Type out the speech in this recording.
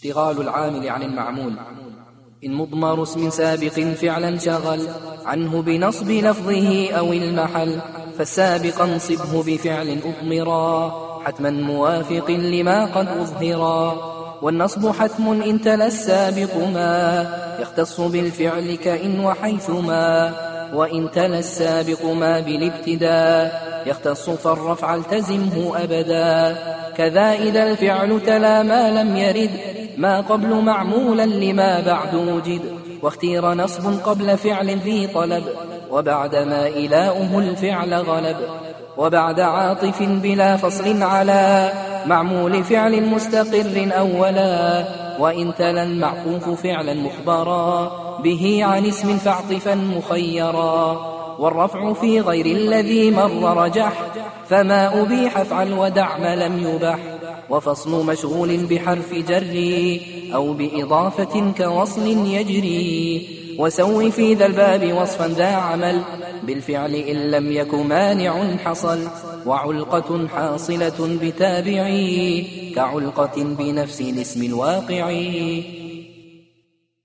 اشتغال العامل عن المعمول. إن مضمر اسم سابق فعلا شغل عنه بنصب لفظه أو المحل، فالسابق انصبه بفعل أضمرا حتما موافق لما قد أظهرا. والنصب حتم إن تلا السابق ما يختص بالفعل كإن وحيثما، وإن تلا السابق ما بالابتداء يختص فالرفع التزمه أبدا. كذا إذا الفعل تلا ما لم يرد ما قبل معمولا لما بعد وجد، واختير نصب قبل فعل ذي طلب وبعد ما إلاؤه الفعل غلب. وبعد عاطف بلا فصل على معمول فعل مستقر أولا، وإن تلا المعطوف فعلا مخبرا به عن اسم فاعطفا مخيرا. والرفع في غير الذي مر رجح فما أبيح افعل ودع ما لم يبح. وفصل مشغول بحرف جر أو بإضافة كوصل يجري. وسوي في ذا الباب وصفا ذا عمل بالفعل إن لم يك مانع حصل. وعلقة حاصلة بتابعي كعلقة بنفس الاسم الواقع.